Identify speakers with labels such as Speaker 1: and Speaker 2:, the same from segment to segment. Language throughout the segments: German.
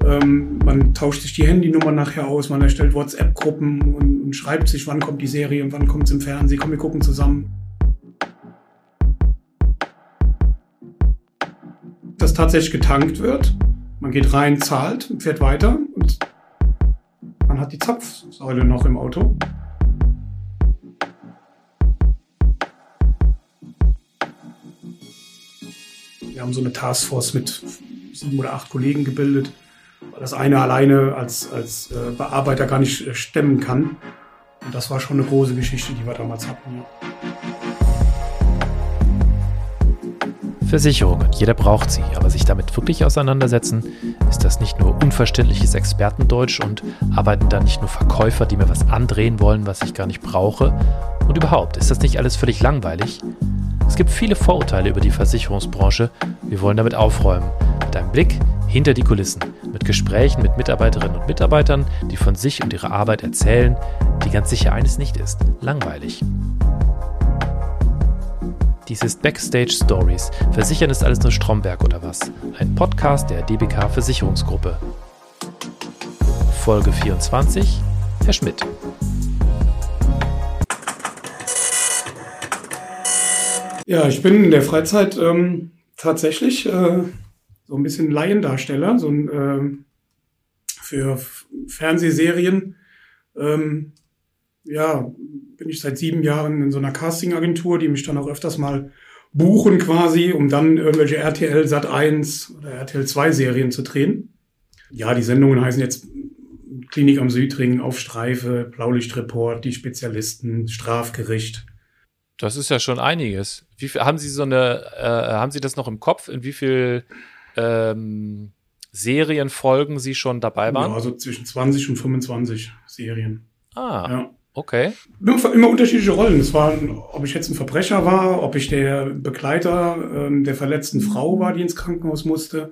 Speaker 1: Man tauscht sich die Handynummer nachher aus, man erstellt WhatsApp-Gruppen und schreibt sich, wann kommt die Serie und wann kommt es im Fernsehen, komm, wir gucken zusammen. Dass tatsächlich getankt wird, man geht rein, zahlt, fährt weiter und man hat die Zapfsäule noch im Auto. Wir haben so eine Taskforce mit 7 oder 8 Kollegen gebildet, weil das eine alleine als Bearbeiter gar nicht stemmen kann. Und das war schon eine große Geschichte, die wir damals hatten. Ja.
Speaker 2: Versicherungen, jeder braucht sie, aber sich damit wirklich auseinandersetzen, ist das nicht nur unverständliches Expertendeutsch und arbeiten da nicht nur Verkäufer, die mir was andrehen wollen, was ich gar nicht brauche? Und überhaupt, ist das nicht alles völlig langweilig? Es gibt viele Vorurteile über die Versicherungsbranche. Wir wollen damit aufräumen. Mit einem Blick hinter die Kulissen. Mit Gesprächen mit Mitarbeiterinnen und Mitarbeitern, die von sich und ihrer Arbeit erzählen, die ganz sicher eines nicht ist: langweilig. Dies ist Backstage Stories. Versichern ist alles nur Stromberg oder was? Ein Podcast der DBK Versicherungsgruppe. Folge 24. Herr Schmidt.
Speaker 1: Ja, ich bin in der Freizeit tatsächlich so ein bisschen Laiendarsteller, für Fernsehserien. Bin ich seit 7 Jahren in so einer Castingagentur, die mich dann auch öfters mal buchen quasi, um dann irgendwelche RTL Sat.1 oder RTL 2 Serien zu drehen. Ja, die Sendungen heißen jetzt Klinik am Südring, Auf Streife, Blaulichtreport, Die Spezialisten, Strafgericht.
Speaker 2: Das ist ja schon einiges. Wie viel, haben Sie das noch im Kopf, in wie viel Serienfolgen Sie schon dabei waren?
Speaker 1: Ja, also zwischen 20 und 25 Serien.
Speaker 2: Ja. Okay.
Speaker 1: Immer unterschiedliche Rollen. Es war, ob ich jetzt ein Verbrecher war, ob ich der Begleiter der verletzten Frau war, die ins Krankenhaus musste.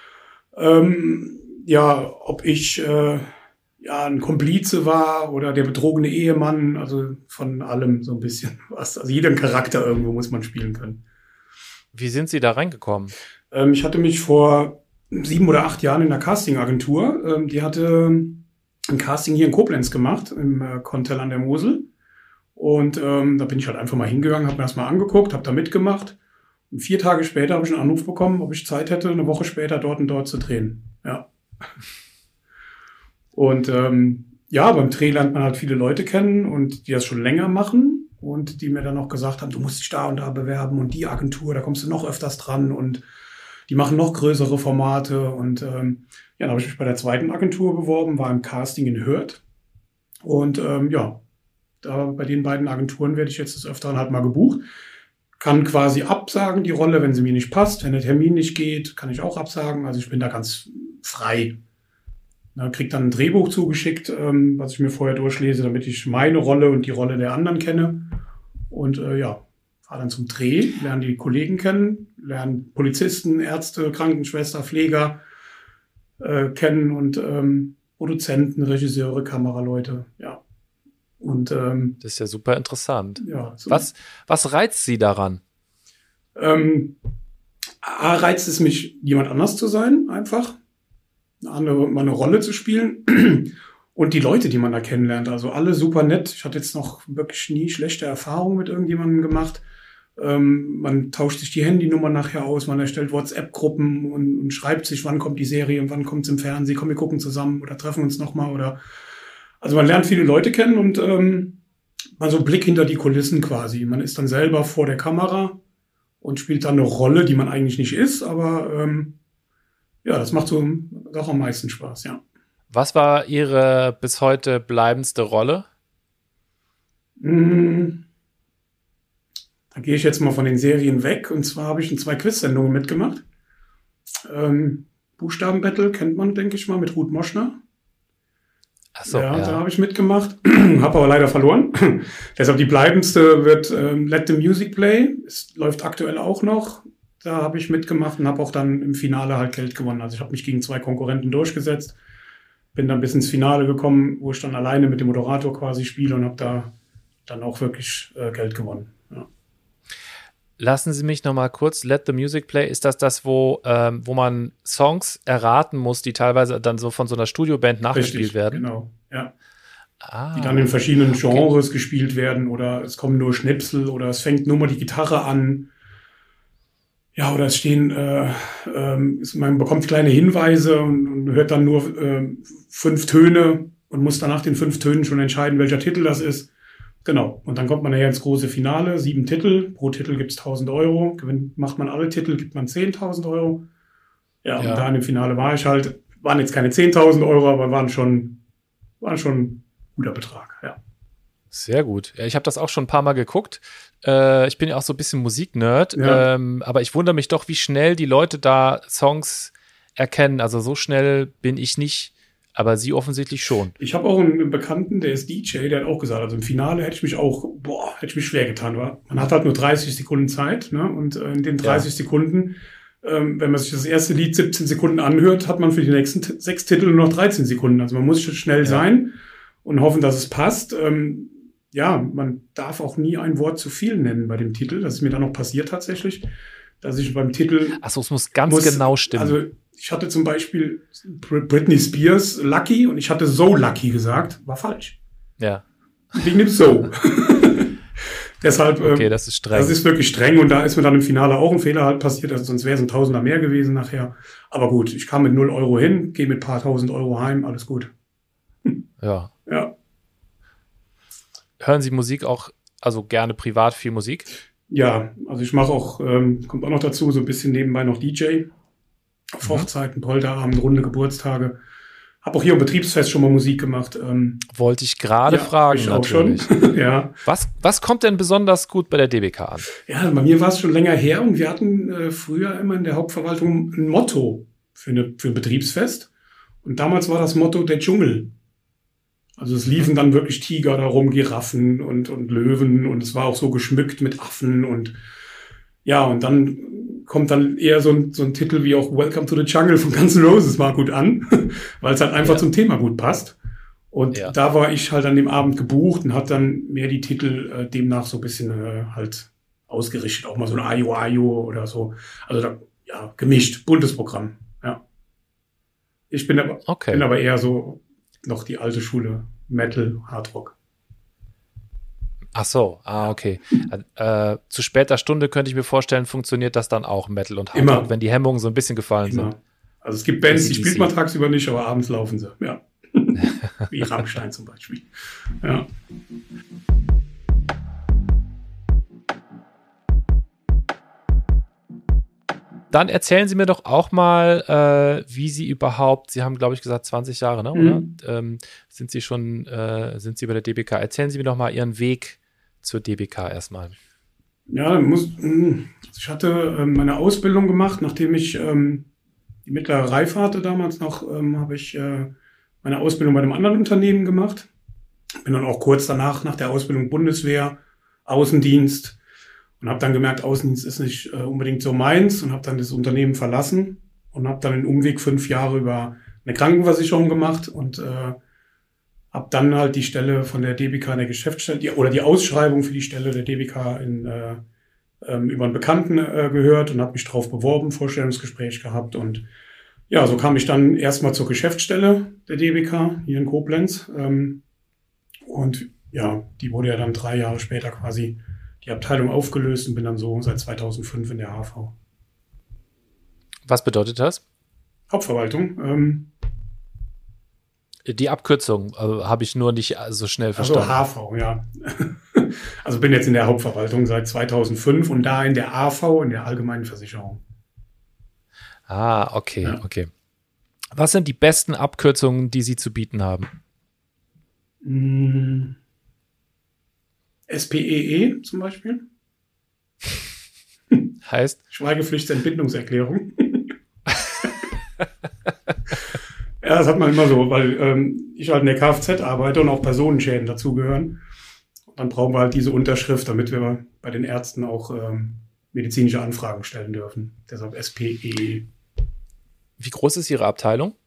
Speaker 1: Ob ich ein Komplize war oder der betrogene Ehemann. Also von allem so ein bisschen was. Also jeden Charakter irgendwo muss man spielen können.
Speaker 2: Wie sind Sie da reingekommen?
Speaker 1: Ich hatte mich vor 7 oder 8 Jahren in einer Castingagentur. Die hatte ein Casting hier in Koblenz gemacht, im Kontel an der Mosel. Und da bin ich halt einfach mal hingegangen, habe mir das mal angeguckt, habe da mitgemacht. Und 4 Tage später habe ich einen Anruf bekommen, ob ich Zeit hätte, eine Woche später dort und dort zu drehen. Ja. Und beim Dreh lernt man halt viele Leute kennen und die das schon länger machen und die mir dann auch gesagt haben, du musst dich da und da bewerben und die Agentur, da kommst du noch öfters dran und die machen noch größere Formate und dann habe ich mich bei der zweiten Agentur beworben, war im Casting in Hürth und da bei den beiden Agenturen werde ich jetzt des Öfteren halt mal gebucht. Kann quasi absagen die Rolle, wenn sie mir nicht passt. Wenn der Termin nicht geht, kann ich auch absagen. Also ich bin da ganz frei. Krieg dann ein Drehbuch zugeschickt, was ich mir vorher durchlese, damit ich meine Rolle und die Rolle der anderen kenne. Und fahre dann zum Dreh, lerne die Kollegen kennen, lerne Polizisten, Ärzte, Krankenschwester, Pfleger kennen und Produzenten, Regisseure, Kameraleute, ja. Und
Speaker 2: das ist ja super interessant.
Speaker 1: Ja, so.
Speaker 2: Was reizt Sie daran?
Speaker 1: Reizt es mich, jemand anders zu sein, einfach. Mal eine Rolle zu spielen. Und die Leute, die man da kennenlernt, also alle super nett. Ich hatte jetzt noch wirklich nie schlechte Erfahrungen mit irgendjemandem gemacht. Man tauscht sich die Handynummer nachher aus, man erstellt WhatsApp-Gruppen und schreibt sich, wann kommt die Serie und wann kommt es im Fernsehen, komm, wir gucken zusammen oder treffen uns nochmal oder. Also man lernt viele Leute kennen und mal so einen Blick hinter die Kulissen quasi. Man ist dann selber vor der Kamera und spielt dann eine Rolle, die man eigentlich nicht ist, aber das macht so doch am meisten Spaß, ja.
Speaker 2: Was war Ihre bis heute bleibendste Rolle?
Speaker 1: Da gehe ich jetzt mal von den Serien weg. Und zwar habe ich in 2 Quiz-Sendungen mitgemacht. Buchstabenbattle kennt man, denke ich mal, mit Ruth Moschner.
Speaker 2: Ach so,
Speaker 1: ja. Da habe ich mitgemacht, habe aber leider verloren. Deshalb die bleibendste wird Let the Music Play. Es läuft aktuell auch noch. Da habe ich mitgemacht und habe auch dann im Finale halt Geld gewonnen. Also ich habe mich gegen 2 Konkurrenten durchgesetzt. Bin dann bis ins Finale gekommen, wo ich dann alleine mit dem Moderator quasi spiele und habe da dann auch wirklich Geld gewonnen. Ja.
Speaker 2: Lassen Sie mich noch mal kurz, Let the Music Play, ist das, wo man Songs erraten muss, die teilweise dann so von so einer Studioband nachgespielt
Speaker 1: Richtig,
Speaker 2: werden?
Speaker 1: genau, ja.
Speaker 2: Ah,
Speaker 1: Die dann in verschiedenen Genres
Speaker 2: okay.
Speaker 1: gespielt werden oder es kommen nur Schnipsel oder es fängt nur mal die Gitarre an. Ja, oder es stehen, man bekommt kleine Hinweise und hört dann nur 5 Töne und muss dann nach den 5 Tönen schon entscheiden, welcher Titel das ist. Genau. Und dann kommt man nachher ins große Finale. 7 Titel. Pro Titel gibt's 1.000 Euro. Macht man alle Titel, gibt man 10.000 Euro. Ja, und da in dem Finale war ich halt, waren jetzt keine 10.000 Euro, aber waren schon ein guter Betrag, ja.
Speaker 2: Sehr gut. Ja, ich habe das auch schon ein paar Mal geguckt. Ich bin ja auch so ein bisschen Musiknerd,
Speaker 1: Ja.
Speaker 2: aber ich wundere mich doch, wie schnell die Leute da Songs erkennen. Also so schnell bin ich nicht, aber Sie offensichtlich schon.
Speaker 1: Ich habe auch einen Bekannten, der ist DJ, der hat auch gesagt, also im Finale hätte ich mich schwer getan. Man hat halt nur 30 Sekunden Zeit, ne? Und in den 30 Sekunden, wenn man sich das erste Lied 17 Sekunden anhört, hat man für die nächsten 6 Titel nur noch 13 Sekunden. Also man muss schnell sein und hoffen, dass es passt. Ja, man darf auch nie ein Wort zu viel nennen bei dem Titel. Das ist mir dann noch passiert tatsächlich, dass ich beim Titel
Speaker 2: Achso, es muss ganz genau stimmen.
Speaker 1: Also ich hatte zum Beispiel Britney Spears Lucky und ich hatte So Lucky gesagt. War falsch.
Speaker 2: Ja.
Speaker 1: Wegen dem So. Deshalb,
Speaker 2: okay, das ist streng.
Speaker 1: Das ist wirklich streng und da ist mir dann im Finale auch ein Fehler halt passiert, also sonst wäre es ein Tausender mehr gewesen nachher. Aber gut, ich kam mit 0 Euro hin, gehe mit ein paar 1.000 Euro heim, alles gut.
Speaker 2: Ja.
Speaker 1: Ja.
Speaker 2: Hören Sie Musik auch, also gerne privat viel Musik?
Speaker 1: Ja, also ich mache auch, kommt auch noch dazu, so ein bisschen nebenbei noch DJ. Auf Hochzeiten, Polterabend, runde Geburtstage. Habe auch hier im Betriebsfest schon mal Musik gemacht.
Speaker 2: Wollte ich gerade fragen,
Speaker 1: ich
Speaker 2: natürlich.
Speaker 1: Auch schon. Ja.
Speaker 2: Was kommt denn besonders gut bei der DBK an?
Speaker 1: Ja, bei mir war es schon länger her und wir hatten früher immer in der Hauptverwaltung ein Motto für ein Betriebsfest. Und damals war das Motto der Dschungel. Also es liefen dann wirklich Tiger darum, Giraffen und Löwen und es war auch so geschmückt mit Affen und ja, und dann kommt dann eher so ein Titel wie auch Welcome to the Jungle von Guns N' Roses mal gut an, weil es halt einfach zum Thema gut passt. Und da war ich halt an dem Abend gebucht und hat dann mehr die Titel demnach so ein bisschen halt ausgerichtet, auch mal so ein Ayo Ayo oder so. Also da, ja, gemischt, buntes Programm, ja. Ich bin aber eher so noch die alte Schule, Metal, Hardrock.
Speaker 2: Ach so, okay. Zu später Stunde könnte ich mir vorstellen, funktioniert das dann auch Metal und Hardrock, wenn die Hemmungen so ein bisschen gefallen sind.
Speaker 1: Also es gibt Bands, die spielt man tagsüber nicht, aber abends laufen sie, ja. Wie Rammstein zum Beispiel. Ja.
Speaker 2: Dann erzählen Sie mir doch auch mal, wie Sie überhaupt, Sie haben, glaube ich, gesagt 20 Jahre, ne? Oder? Sind Sie bei der DBK? Erzählen Sie mir doch mal Ihren Weg zur DBK erstmal.
Speaker 1: Ja, ich hatte meine Ausbildung gemacht, nachdem ich die mittlere Reife hatte damals noch, habe ich meine Ausbildung bei einem anderen Unternehmen gemacht. Bin dann auch kurz danach, nach der Ausbildung Bundeswehr, Außendienst und habe dann gemerkt, Außendienst ist nicht unbedingt so meins und habe dann das Unternehmen verlassen und habe dann den Umweg 5 Jahre über eine Krankenversicherung gemacht und habe dann halt die Stelle von der DBK in der Geschäftsstelle oder die Ausschreibung für die Stelle der DBK über einen Bekannten gehört und habe mich drauf beworben, Vorstellungsgespräch gehabt und ja, so kam ich dann erstmal zur Geschäftsstelle der DBK hier in Koblenz und ja, die wurde ja dann 3 Jahre später quasi die Abteilung aufgelöst und bin dann so seit 2005 in der HV.
Speaker 2: Was bedeutet das?
Speaker 1: Hauptverwaltung.
Speaker 2: Die Abkürzung habe ich nur nicht so schnell verstanden.
Speaker 1: Also HV, ja. Also bin jetzt in der Hauptverwaltung seit 2005 und da in der AV, in der Allgemeinen Versicherung.
Speaker 2: Okay, ja. Okay. Was sind die besten Abkürzungen, die Sie zu bieten haben?
Speaker 1: SPEE zum Beispiel.
Speaker 2: Heißt?
Speaker 1: Schweigepflichtsentbindungserklärung. Ja, das hat man immer so, weil ich halt in der Kfz arbeite und auch Personenschäden dazugehören. Dann brauchen wir halt diese Unterschrift, damit wir bei den Ärzten auch medizinische Anfragen stellen dürfen. Deshalb SPEE.
Speaker 2: Wie groß ist Ihre Abteilung?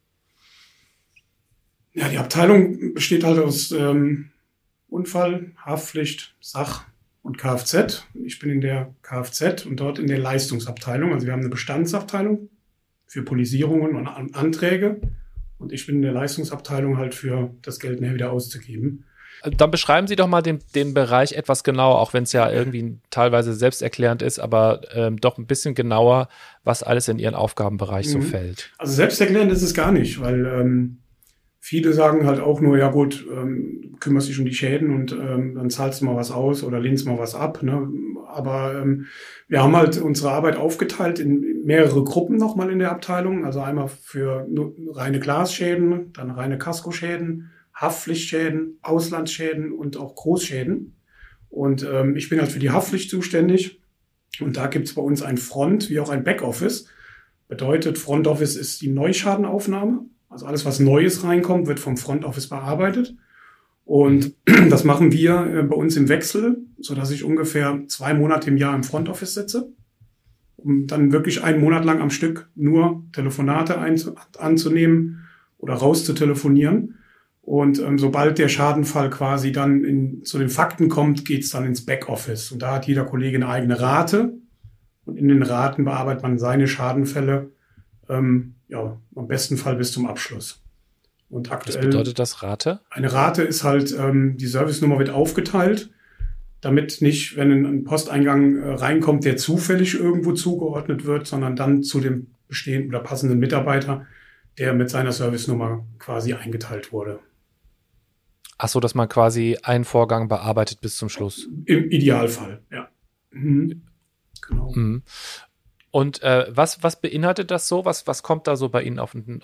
Speaker 1: Ja, die Abteilung besteht halt aus Unfall, Haftpflicht, Sach- und Kfz. Ich bin in der Kfz und dort in der Leistungsabteilung. Also wir haben eine Bestandsabteilung für Polisierungen und Anträge. Und ich bin in der Leistungsabteilung halt für das Geld nachher wieder auszugeben.
Speaker 2: Dann beschreiben Sie doch mal den Bereich etwas genauer, auch wenn es ja irgendwie teilweise selbsterklärend ist, aber doch ein bisschen genauer, was alles in Ihren Aufgabenbereich so fällt.
Speaker 1: Also selbsterklärend ist es gar nicht, weil viele sagen halt auch nur, ja gut, kümmerst dich um die Schäden und dann zahlst du mal was aus oder lehnst mal was ab. Ne? Aber wir haben halt unsere Arbeit aufgeteilt in mehrere Gruppen nochmal in der Abteilung. Also einmal für nur reine Glasschäden, dann reine Kaskoschäden, Haftpflichtschäden, Auslandsschäden und auch Großschäden. Und ich bin halt für die Haftpflicht zuständig. Und da gibt's bei uns ein Front wie auch ein Backoffice. Bedeutet, Front Office ist die Neuschadenaufnahme. Also alles, was Neues reinkommt, wird vom Front Office bearbeitet. Und das machen wir bei uns im Wechsel, sodass ich ungefähr 2 Monate im Jahr im Front Office sitze, um dann wirklich 1 Monat lang am Stück nur Telefonate anzunehmen oder rauszutelefonieren. Und sobald der Schadenfall quasi dann zu den Fakten kommt, geht's dann ins Backoffice. Und da hat jeder Kollege eine eigene Rate. Und in den Raten bearbeitet man seine Schadenfälle am besten Fall bis zum Abschluss. Und aktuell,
Speaker 2: was bedeutet das, Rate?
Speaker 1: Eine Rate ist halt, die Servicenummer wird aufgeteilt, damit nicht, wenn ein Posteingang reinkommt, der zufällig irgendwo zugeordnet wird, sondern dann zu dem bestehenden oder passenden Mitarbeiter, der mit seiner Servicenummer quasi eingeteilt wurde.
Speaker 2: Ach so, dass man quasi einen Vorgang bearbeitet bis zum Schluss.
Speaker 1: Im Idealfall, ja. Mhm. Genau.
Speaker 2: Mhm. Und was beinhaltet das so? Was kommt da so bei Ihnen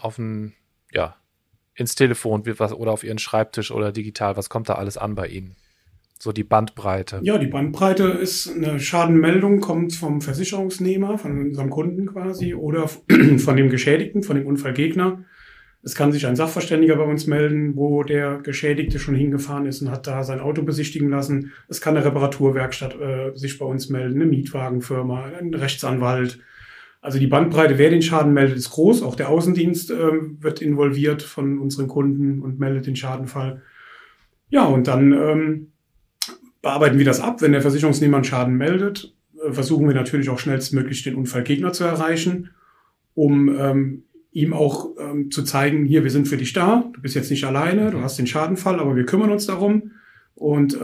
Speaker 2: ins Telefon oder auf Ihren Schreibtisch oder digital? Was kommt da alles an bei Ihnen? So die Bandbreite.
Speaker 1: Ja, die Bandbreite ist eine Schadenmeldung, kommt vom Versicherungsnehmer, von unserem Kunden quasi oder von dem Geschädigten, von dem Unfallgegner. Es kann sich ein Sachverständiger bei uns melden, wo der Geschädigte schon hingefahren ist und hat da sein Auto besichtigen lassen. Es kann eine Reparaturwerkstatt sich bei uns melden, eine Mietwagenfirma, ein Rechtsanwalt. Also die Bandbreite, wer den Schaden meldet, ist groß. Auch der Außendienst wird involviert von unseren Kunden und meldet den Schadenfall. Ja, und dann bearbeiten wir das ab. Wenn der Versicherungsnehmer einen Schaden meldet, versuchen wir natürlich auch schnellstmöglich den Unfallgegner zu erreichen, um ihm auch zu zeigen, hier, wir sind für dich da, du bist jetzt nicht alleine, du hast den Schadenfall, aber wir kümmern uns darum und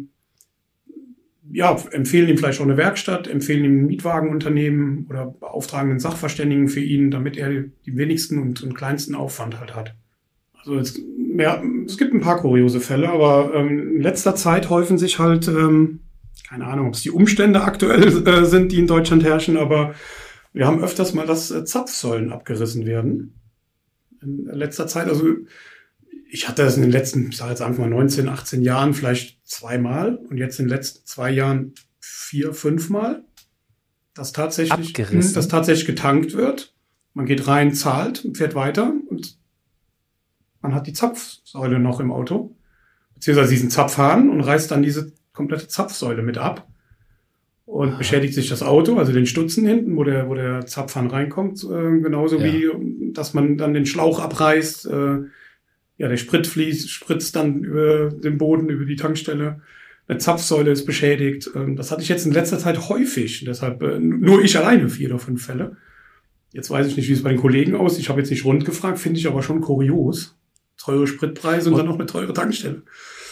Speaker 1: empfehlen ihm vielleicht auch eine Werkstatt, empfehlen ihm ein Mietwagenunternehmen oder beauftragen einen Sachverständigen für ihn, damit er den wenigsten und kleinsten Aufwand halt hat. Also es gibt ein paar kuriose Fälle, aber in letzter Zeit häufen sich halt, keine Ahnung, ob es die Umstände aktuell sind, die in Deutschland herrschen, aber wir haben öfters mal, dass Zapfsäulen abgerissen werden. In letzter Zeit, also ich hatte das in den letzten, ich sage jetzt einfach mal 19, 18 Jahren vielleicht 2-mal und jetzt in den letzten 2 Jahren 4, 5 Mal, dass tatsächlich getankt wird. Man geht rein, zahlt, fährt weiter und man hat die Zapfsäule noch im Auto, beziehungsweise diesen Zapfhahn und reißt dann diese komplette Zapfsäule mit ab. Und beschädigt sich das Auto, also den Stutzen hinten, wo der Zapfhahn reinkommt, genauso wie, dass man dann den Schlauch abreißt, der Sprit spritzt dann über den Boden, über die Tankstelle, eine Zapfsäule ist beschädigt. Das hatte ich jetzt in letzter Zeit häufig, deshalb nur ich alleine 4 oder 5 Fälle. Jetzt weiß ich nicht, wie es bei den Kollegen aussieht, ich habe jetzt nicht rund gefragt, finde ich aber schon kurios. Teure Spritpreise und dann noch eine teure Tankstelle.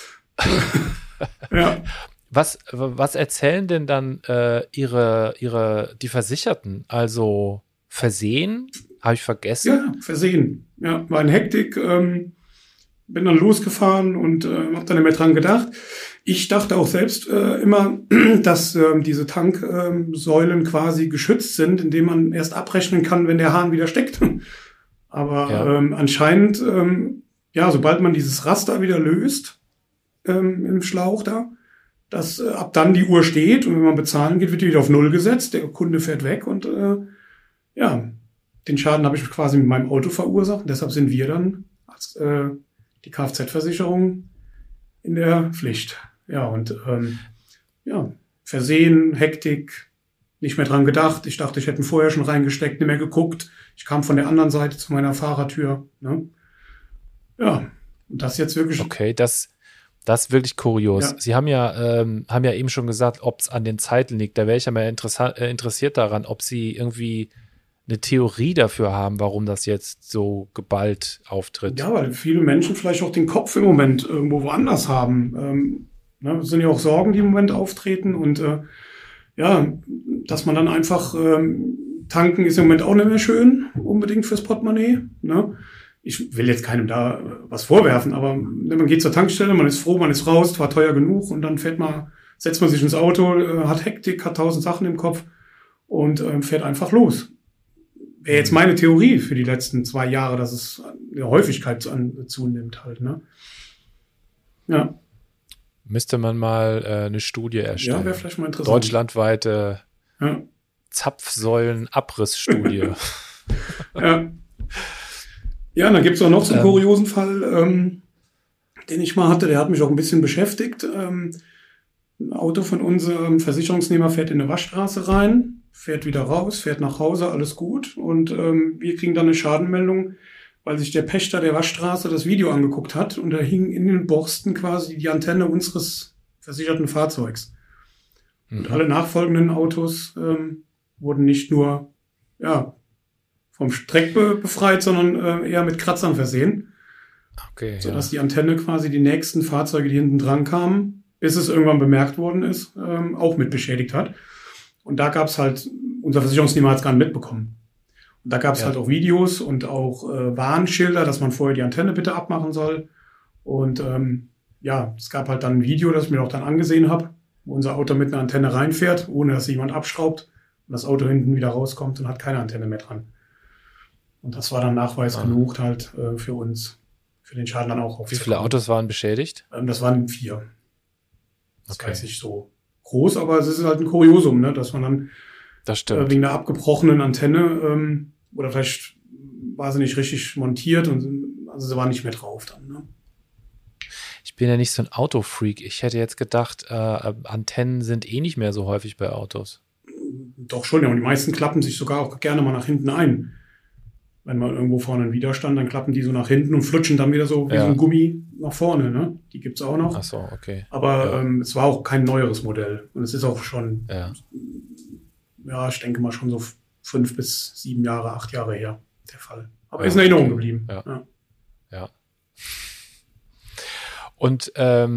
Speaker 1: Ja.
Speaker 2: Was erzählen denn dann die Versicherten? Also Versehen? Habe ich vergessen?
Speaker 1: Ja, Versehen. Ja, war in Hektik. Bin dann losgefahren und habe dann nicht mehr dran gedacht. Ich dachte auch selbst immer, dass diese Tanksäulen quasi geschützt sind, indem man erst abrechnen kann, wenn der Hahn wieder steckt. Aber anscheinend, sobald man dieses Raster wieder löst im Schlauch da, dass ab dann die Uhr steht und wenn man bezahlen geht, wird die wieder auf 0 gesetzt, der Kunde fährt weg und den Schaden habe ich quasi mit meinem Auto verursacht. Und deshalb sind wir dann als die Kfz-Versicherung in der Pflicht. Ja, und Versehen, Hektik, nicht mehr dran gedacht. Ich dachte, ich hätte ihn vorher schon reingesteckt, nicht mehr geguckt. Ich kam von der anderen Seite zu meiner Fahrertür. Ne? Ja, und das jetzt wirklich...
Speaker 2: Okay, Das ist wirklich kurios.
Speaker 1: Ja.
Speaker 2: Sie haben ja eben schon gesagt, ob es an den Zeiten liegt. Da wäre ich ja mal interessiert daran, ob Sie irgendwie eine Theorie dafür haben, warum das jetzt so geballt auftritt.
Speaker 1: Ja, weil viele Menschen vielleicht auch den Kopf im Moment irgendwo woanders haben. Es sind ja auch Sorgen, die im Moment auftreten. Und dass man dann einfach tanken ist im Moment auch nicht mehr schön, unbedingt fürs Portemonnaie. Ne? Ich will jetzt keinem da was vorwerfen, aber man geht zur Tankstelle, man ist froh, man ist raus, war teuer genug und dann setzt man sich ins Auto, hat Hektik, hat 1000 Sachen im Kopf und fährt einfach los. Wäre jetzt meine Theorie für die letzten 2 Jahre, dass es eine Häufigkeit zunimmt halt, ne? Ja.
Speaker 2: Müsste man mal eine Studie erstellen.
Speaker 1: Ja, wäre vielleicht mal interessant.
Speaker 2: Deutschlandweite Zapfsäulen-Abrissstudie.
Speaker 1: Ja. Ja, und dann gibt's auch noch so einen kuriosen Fall, den ich mal hatte, der hat mich auch ein bisschen beschäftigt. Ein Auto von unserem Versicherungsnehmer fährt in eine Waschstraße rein, fährt wieder raus, fährt nach Hause, alles gut. Und wir kriegen dann eine Schadenmeldung, weil sich der Pächter der Waschstraße das Video angeguckt hat und da hing in den Borsten quasi die Antenne unseres versicherten Fahrzeugs. Und alle nachfolgenden Autos wurden nicht nur vom Streck befreit, sondern eher mit Kratzern versehen.
Speaker 2: Okay,
Speaker 1: sodass die Antenne quasi die nächsten Fahrzeuge, die hinten dran kamen, bis es irgendwann bemerkt worden ist, auch mit beschädigt hat. Und da gab es halt, unser Versicherungsnehmer hat es gar nicht mitbekommen. Und da gab es halt auch Videos und auch Warnschilder, dass man vorher die Antenne bitte abmachen soll. Und es gab halt dann ein Video, das ich mir auch dann angesehen habe, wo unser Auto mit einer Antenne reinfährt, ohne dass jemand abschraubt und das Auto hinten wieder rauskommt und hat keine Antenne mehr dran. Und das war dann Nachweis genug halt für uns, für den Schaden dann auch aufzukommen.
Speaker 2: Wie viele Autos waren beschädigt?
Speaker 1: Das waren 4. Das war jetzt nicht so groß, aber es ist halt ein Kuriosum, ne, dass man dann wegen der abgebrochenen Antenne oder vielleicht war sie nicht richtig montiert und also sie war nicht mehr drauf dann. Ne?
Speaker 2: Ich bin ja nicht so ein Autofreak. Ich hätte jetzt gedacht, Antennen sind nicht mehr so häufig bei Autos.
Speaker 1: Doch schon, ja. Und die meisten klappen sich sogar auch gerne mal nach hinten ein. Wenn man irgendwo vorne einen Widerstand, dann klappen die so nach hinten und flutschen dann wieder so wie so ein Gummi nach vorne. Ne? Die gibt's auch noch.
Speaker 2: Ach so, okay.
Speaker 1: Aber es war auch kein neueres Modell. Und es ist auch schon, ich denke mal schon so 5 bis 7 Jahre, 8 Jahre her, der Fall. Aber ist in Erinnerung geblieben.
Speaker 2: Ja. Und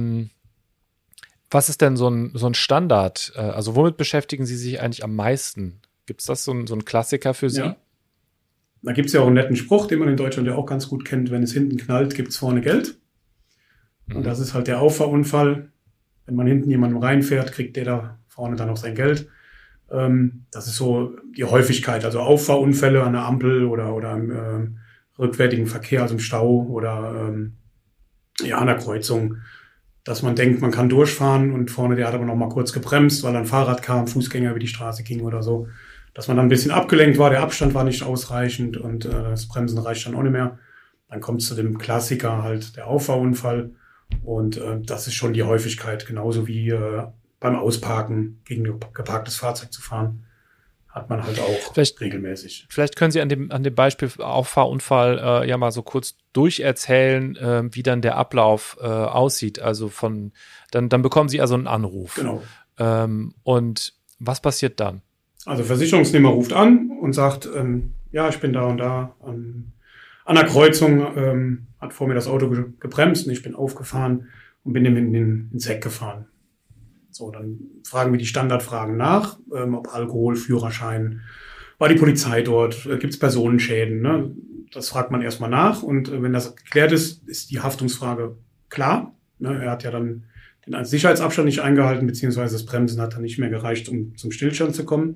Speaker 2: was ist denn so ein Standard? Also womit beschäftigen Sie sich eigentlich am meisten? Gibt es das so ein Klassiker für Sie?
Speaker 1: Ja. Da gibt es ja auch einen netten Spruch, den man in Deutschland ja auch ganz gut kennt. Wenn es hinten knallt, gibt's vorne Geld. Und das ist halt der Auffahrunfall. Wenn man hinten jemandem reinfährt, kriegt der da vorne dann auch sein Geld. Das ist so die Häufigkeit. Also Auffahrunfälle an der Ampel oder im rückwärtigen Verkehr, also im Stau oder an der Kreuzung. Dass man denkt, man kann durchfahren und vorne der hat aber noch mal kurz gebremst, weil ein Fahrrad kam, Fußgänger über die Straße ging oder so. Dass man dann ein bisschen abgelenkt war, der Abstand war nicht ausreichend und das Bremsen reicht dann auch nicht mehr. Dann kommt es zu dem Klassiker halt, der Auffahrunfall. Und das ist schon die Häufigkeit, genauso wie beim Ausparken gegen ein geparktes Fahrzeug zu fahren, hat man halt auch regelmäßig.
Speaker 2: Vielleicht können Sie an dem Beispiel Auffahrunfall mal so kurz durcherzählen, wie dann der Ablauf aussieht. Also dann bekommen Sie also einen Anruf.
Speaker 1: Genau.
Speaker 2: Und was passiert dann?
Speaker 1: Also Versicherungsnehmer ruft an und sagt, ich bin da und da an der Kreuzung, hat vor mir das Auto gebremst und ich bin aufgefahren und bin ins Heck gefahren. So, dann fragen wir die Standardfragen nach, ob Alkohol, Führerschein, war die Polizei dort, gibt es Personenschäden, ne? Das fragt man erstmal nach und wenn das geklärt ist, ist die Haftungsfrage klar. Ne? Er hat ja dann den Sicherheitsabstand nicht eingehalten, beziehungsweise das Bremsen hat dann nicht mehr gereicht, um zum Stillstand zu kommen.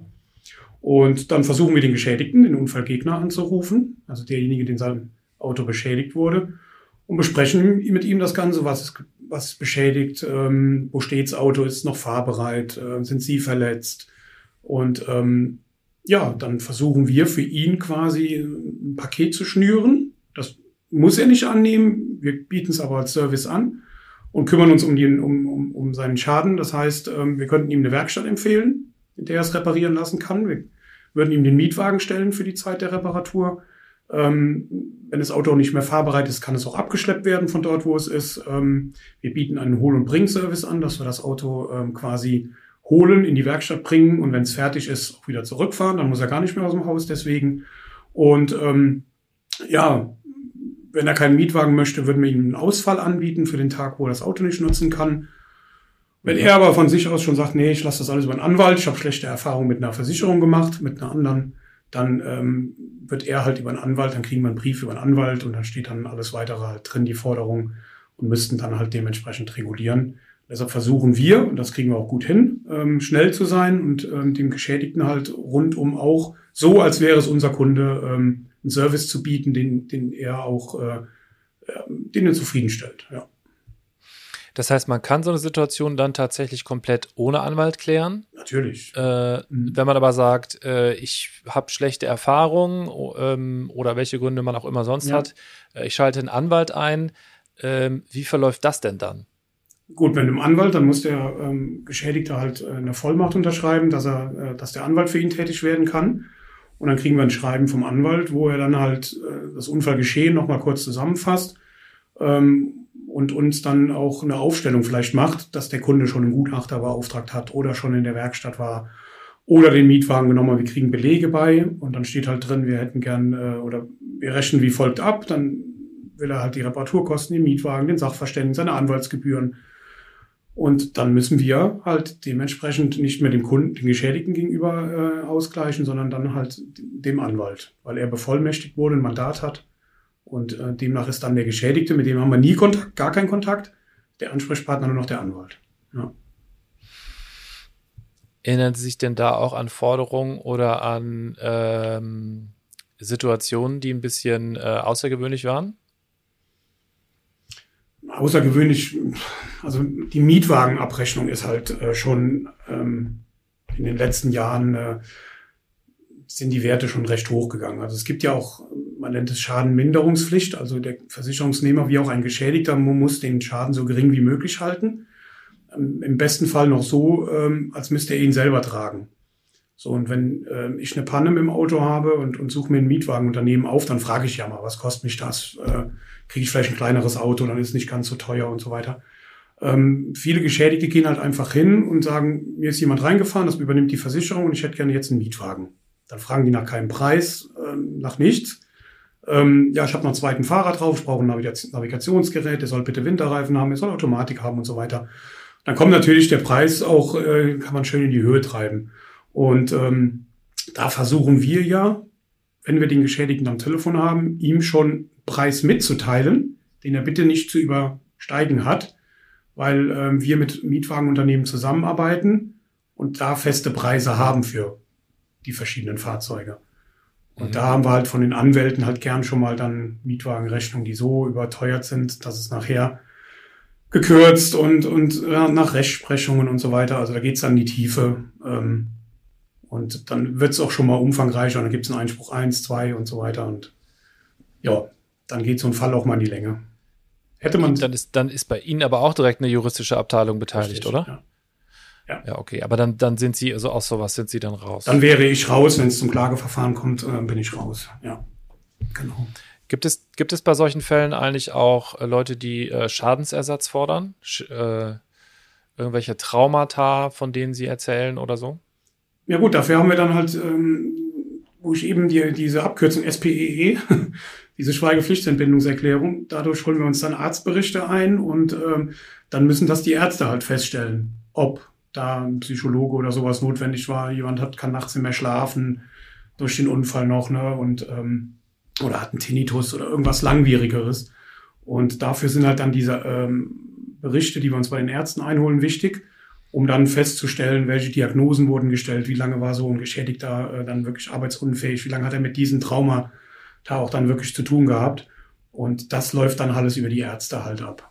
Speaker 1: Und dann versuchen wir den Geschädigten, den Unfallgegner anzurufen, also derjenige, den sein Auto beschädigt wurde, und besprechen mit ihm das Ganze, was ist beschädigt, wo steht's Auto, ist noch fahrbereit, sind Sie verletzt? Und dann versuchen wir für ihn quasi ein Paket zu schnüren. Das muss er nicht annehmen, wir bieten es aber als Service an und kümmern uns um seinen Schaden. Das heißt, wir könnten ihm eine Werkstatt empfehlen, in der er es reparieren lassen kann. Wir würden ihm den Mietwagen stellen für die Zeit der Reparatur. Wenn das Auto nicht mehr fahrbereit ist, kann es auch abgeschleppt werden von dort, wo es ist. Wir bieten einen Hol- und Bring-Service an, dass wir das Auto quasi holen, in die Werkstatt bringen und wenn es fertig ist, auch wieder zurückfahren. Dann muss er gar nicht mehr aus dem Haus deswegen. Und wenn er keinen Mietwagen möchte, würden wir ihm einen Ausfall anbieten für den Tag, wo er das Auto nicht nutzen kann. Wenn er aber von sich aus schon sagt, nee, ich lasse das alles über einen Anwalt, ich habe schlechte Erfahrungen mit einer Versicherung gemacht, mit einer anderen, dann wird er halt über einen Anwalt, dann kriegen wir einen Brief über einen Anwalt und dann steht dann alles weitere halt drin, die Forderung, und müssten dann halt dementsprechend regulieren. Deshalb versuchen wir, und das kriegen wir auch gut hin, schnell zu sein und dem Geschädigten halt rundum auch so, als wäre es unser Kunde, einen Service zu bieten, den er auch den er zufriedenstellt. Ja.
Speaker 2: Das heißt, man kann so eine Situation dann tatsächlich komplett ohne Anwalt klären?
Speaker 1: Natürlich.
Speaker 2: Wenn man aber sagt, ich habe schlechte Erfahrungen oder welche Gründe man auch immer sonst hat, ich schalte einen Anwalt ein, wie verläuft das denn dann?
Speaker 1: Gut, mit einem Anwalt, dann muss der Geschädigte halt eine Vollmacht unterschreiben, dass der Anwalt für ihn tätig werden kann. Und dann kriegen wir ein Schreiben vom Anwalt, wo er dann halt das Unfallgeschehen nochmal kurz zusammenfasst und uns dann auch eine Aufstellung vielleicht macht, dass der Kunde schon einen Gutachter beauftragt hat oder schon in der Werkstatt war oder den Mietwagen genommen hat. Wir kriegen Belege bei und dann steht halt drin, wir hätten gern oder wir rechnen wie folgt ab. Dann will er halt die Reparaturkosten, den Mietwagen, den Sachverständigen, seine Anwaltsgebühren. Und dann müssen wir halt dementsprechend nicht mehr dem Kunden, den Geschädigten gegenüber ausgleichen, sondern dann halt dem Anwalt, weil er bevollmächtigt wurde, ein Mandat hat. Und demnach ist dann der Geschädigte, mit dem haben wir nie Kontakt, gar keinen Kontakt, der Ansprechpartner nur noch der Anwalt. Ja.
Speaker 2: Erinnern Sie sich denn da auch an Forderungen oder an Situationen, die ein bisschen außergewöhnlich waren?
Speaker 1: Außergewöhnlich, also die Mietwagenabrechnung ist halt schon in den letzten Jahren sind die Werte schon recht hoch gegangen. Also es gibt ja auch, man nennt es Schadenminderungspflicht, also der Versicherungsnehmer wie auch ein Geschädigter muss den Schaden so gering wie möglich halten. Im besten Fall noch so, als müsste er ihn selber tragen. So, und wenn ich eine Panne mit dem Auto habe und suche mir ein Mietwagenunternehmen auf, dann frage ich ja mal, was kostet mich das? Kriege ich vielleicht ein kleineres Auto, dann ist es nicht ganz so teuer und so weiter. Viele Geschädigte gehen halt einfach hin und sagen, mir ist jemand reingefahren, das übernimmt die Versicherung und ich hätte gerne jetzt einen Mietwagen. Dann fragen die nach keinem Preis, nach nichts. Ich habe noch einen zweiten Fahrer drauf, ich brauche ein Navigationsgerät, der soll bitte Winterreifen haben, der soll Automatik haben und so weiter. Dann kommt natürlich der Preis auch, kann man schön in die Höhe treiben. Und da versuchen wir ja, wenn wir den Geschädigten am Telefon haben, ihm schon Preis mitzuteilen, den er bitte nicht zu übersteigen hat, weil wir mit Mietwagenunternehmen zusammenarbeiten und da feste Preise haben für die verschiedenen Fahrzeuge. Und da haben wir halt von den Anwälten halt gern schon mal dann Mietwagenrechnungen, die so überteuert sind, dass es nachher gekürzt und nach Rechtsprechungen und so weiter. Also da geht's dann in die Tiefe. Und dann wird's auch schon mal umfangreicher und dann gibt's einen Einspruch 1, 2 und so weiter. Und ja, dann geht so ein Fall auch mal in die Länge. Hätte man.
Speaker 2: Dann ist bei Ihnen aber auch direkt eine juristische Abteilung beteiligt, richtig, oder?
Speaker 1: Ja.
Speaker 2: Ja, okay. Aber dann sind Sie, also aus sowas sind Sie dann raus.
Speaker 1: Dann wäre ich raus, wenn es zum Klageverfahren kommt, bin ich raus. Ja, genau.
Speaker 2: Gibt es bei solchen Fällen eigentlich auch Leute, die Schadensersatz fordern? Irgendwelche Traumata, von denen Sie erzählen oder so?
Speaker 1: Ja gut, dafür haben wir dann halt, wo ich eben diese Abkürzung SPEE, diese Schweigepflichtentbindungserklärung, dadurch holen wir uns dann Arztberichte ein und dann müssen das die Ärzte halt feststellen, ob da ein Psychologe oder sowas notwendig war. Jemand kann nachts nicht mehr schlafen durch den Unfall noch, ne, und oder hat einen Tinnitus oder irgendwas Langwierigeres. Und dafür sind halt dann diese Berichte, die wir uns bei den Ärzten einholen, wichtig, um dann festzustellen, welche Diagnosen wurden gestellt, wie lange war so ein Geschädigter dann wirklich arbeitsunfähig, wie lange hat er mit diesem Trauma da auch dann wirklich zu tun gehabt. Und das läuft dann alles über die Ärzte halt ab.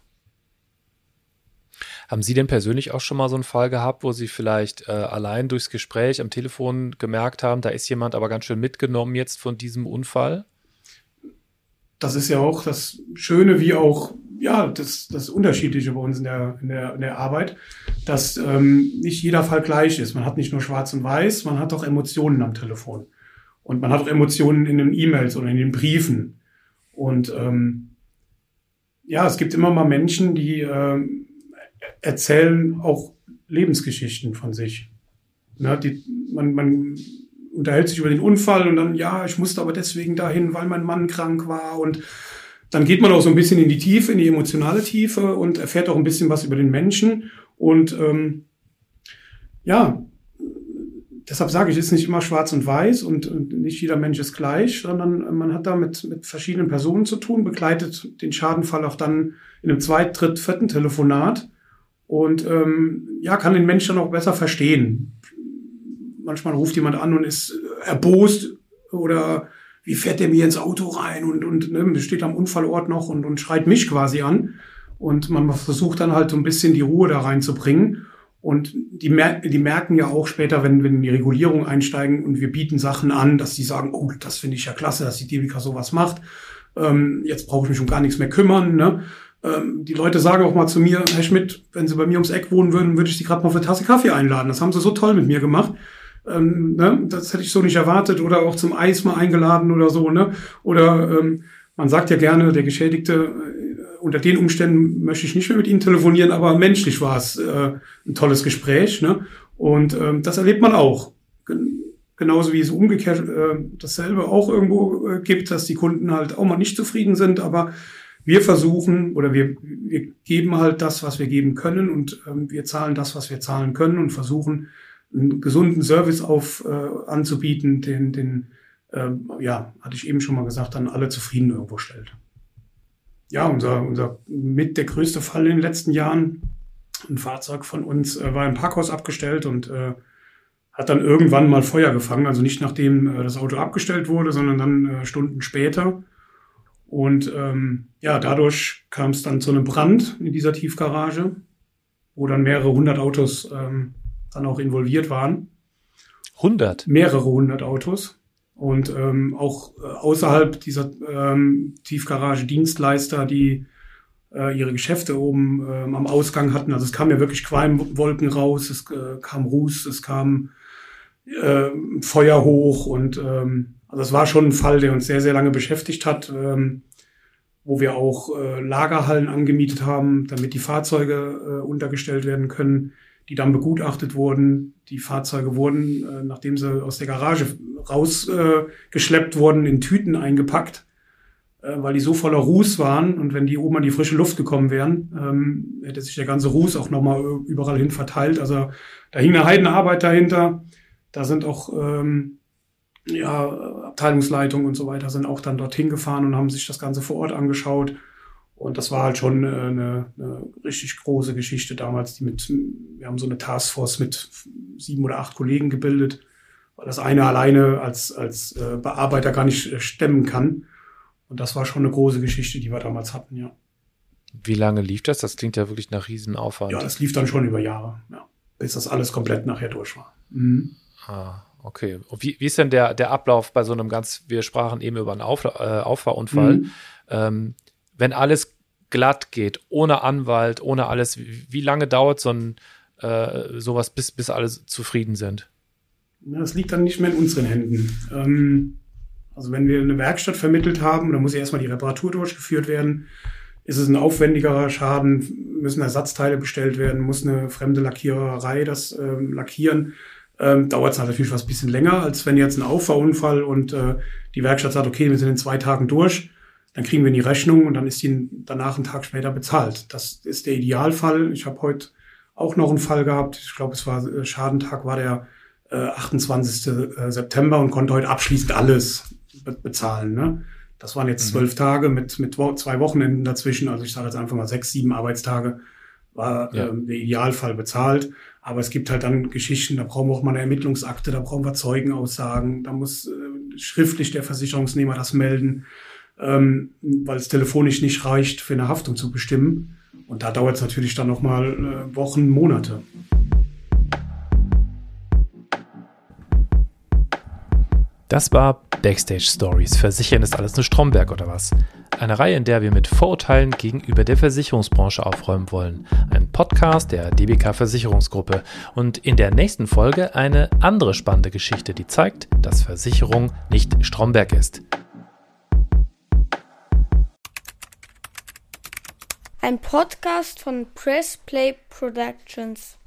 Speaker 2: Haben Sie denn persönlich auch schon mal so einen Fall gehabt, wo Sie vielleicht allein durchs Gespräch am Telefon gemerkt haben, da ist jemand aber ganz schön mitgenommen jetzt von diesem Unfall?
Speaker 1: Das ist ja auch das Schöne, wie auch ja das Unterschiedliche bei uns in der Arbeit, dass nicht jeder Fall gleich ist. Man hat nicht nur schwarz und weiß, man hat auch Emotionen am Telefon. Und man hat auch Emotionen in den E-Mails oder in den Briefen. Und es gibt immer mal Menschen, die erzählen auch Lebensgeschichten von sich. Ne, man unterhält sich über den Unfall und dann, ich musste aber deswegen dahin, weil mein Mann krank war. Und dann geht man auch so ein bisschen in die Tiefe, in die emotionale Tiefe und erfährt auch ein bisschen was über den Menschen. Und deshalb sage ich, es ist nicht immer schwarz und weiß und nicht jeder Mensch ist gleich, sondern man hat da mit verschiedenen Personen zu tun, begleitet den Schadenfall auch dann in einem 2., 3., 4. Telefonat und kann den Menschen dann auch besser verstehen. Manchmal ruft jemand an und ist erbost oder wie fährt der mir ins Auto rein und steht am Unfallort noch und schreit mich quasi an. Und man versucht dann halt so ein bisschen die Ruhe da reinzubringen. Und die merken ja auch später, wenn wir in die Regulierung einsteigen und wir bieten Sachen an, dass die sagen, oh, das finde ich ja klasse, dass die DBK sowas macht. Jetzt brauche ich mich um gar nichts mehr kümmern. Ne? Die Leute sagen auch mal zu mir, Herr Schmidt, wenn Sie bei mir ums Eck wohnen würden, würde ich Sie gerade mal für eine Tasse Kaffee einladen. Das haben Sie so toll mit mir gemacht. Das hätte ich so nicht erwartet. Oder auch zum Eis mal eingeladen oder so. Ne? Oder man sagt ja gerne, der Geschädigte, unter den Umständen möchte ich nicht mehr mit Ihnen telefonieren, aber menschlich war es ein tolles Gespräch. Ne? Und das erlebt man auch. Genauso wie es umgekehrt dasselbe auch irgendwo gibt, dass die Kunden halt auch mal nicht zufrieden sind. Aber wir versuchen oder wir geben halt das, was wir geben können und wir zahlen das, was wir zahlen können und versuchen, einen gesunden Service anzubieten, den hatte ich eben schon mal gesagt, dann alle zufrieden irgendwo stellt. Ja, unser mit der größte Fall in den letzten Jahren, ein Fahrzeug von uns war im Parkhaus abgestellt und hat dann irgendwann mal Feuer gefangen, also nicht nachdem das Auto abgestellt wurde, sondern dann Stunden später. Und dadurch kam es dann zu einem Brand in dieser Tiefgarage, wo dann mehrere 100 Autos dann auch involviert waren.
Speaker 2: 100?
Speaker 1: Mehrere 100 Autos. Und auch außerhalb dieser Tiefgarage Dienstleister, die ihre Geschäfte oben am Ausgang hatten. Also es kam ja wirklich Qualmwolken raus, es kam Ruß, es kam Feuer hoch und also es war schon ein Fall, der uns sehr, sehr lange beschäftigt hat, wo wir auch Lagerhallen angemietet haben, damit die Fahrzeuge untergestellt werden können, die dann begutachtet wurden. Die Fahrzeuge wurden, nachdem sie aus der Garage rausgeschleppt wurden, in Tüten eingepackt, weil die so voller Ruß waren. Und wenn die oben an die frische Luft gekommen wären, hätte sich der ganze Ruß auch nochmal überall hin verteilt. Also da hing eine Heidenarbeit dahinter. Da sind auch Abteilungsleitung und so weiter sind auch dann dorthin gefahren und haben sich das Ganze vor Ort angeschaut. Und das war halt schon eine richtig große Geschichte damals. Wir haben so eine Taskforce mit 7 oder 8 Kollegen gebildet, weil das eine alleine als Bearbeiter gar nicht stemmen kann. Und das war schon eine große Geschichte, die wir damals hatten, ja.
Speaker 2: Wie lange lief das? Das klingt ja wirklich nach Riesenaufwand.
Speaker 1: Ja, das lief dann schon über Jahre, ja, bis das alles komplett nachher durch war. Mhm.
Speaker 2: Okay. Und wie ist denn der Ablauf bei so einem wir sprachen eben über einen Auffahrunfall. Wenn alles glatt geht, ohne Anwalt, ohne alles, wie lange dauert sowas, bis alle zufrieden sind?
Speaker 1: Ja, das liegt dann nicht mehr in unseren Händen. Also wenn wir eine Werkstatt vermittelt haben, dann muss ja erstmal die Reparatur durchgeführt werden. Ist es ein aufwendigerer Schaden, müssen Ersatzteile bestellt werden, muss eine fremde Lackiererei das lackieren. Dauert es natürlich was bisschen länger, als wenn jetzt ein Auffahrunfall und die Werkstatt sagt, okay, wir sind in 2 Tagen durch. Dann kriegen wir die Rechnung und dann ist die danach einen Tag später bezahlt. Das ist der Idealfall. Ich habe heute auch noch einen Fall gehabt. Ich glaube, Schadentag war der 28. September und konnte heute abschließend alles bezahlen. Ne? Das waren jetzt 12 Tage mit 2 Wochenenden dazwischen. Also ich sage jetzt einfach mal 6, 7 Arbeitstage war der Idealfall bezahlt. Aber es gibt halt dann Geschichten, da brauchen wir auch mal eine Ermittlungsakte, da brauchen wir Zeugenaussagen, da muss schriftlich der Versicherungsnehmer das melden. Weil es telefonisch nicht reicht, für eine Haftung zu bestimmen. Und da dauert es natürlich dann nochmal Wochen, Monate.
Speaker 2: Das war Backstage Stories. Versichern ist alles nur Stromberg oder was? Eine Reihe, in der wir mit Vorurteilen gegenüber der Versicherungsbranche aufräumen wollen. Ein Podcast der DBK Versicherungsgruppe. Und in der nächsten Folge eine andere spannende Geschichte, die zeigt, dass Versicherung nicht Stromberg ist.
Speaker 3: Ein Podcast von Press Play Productions.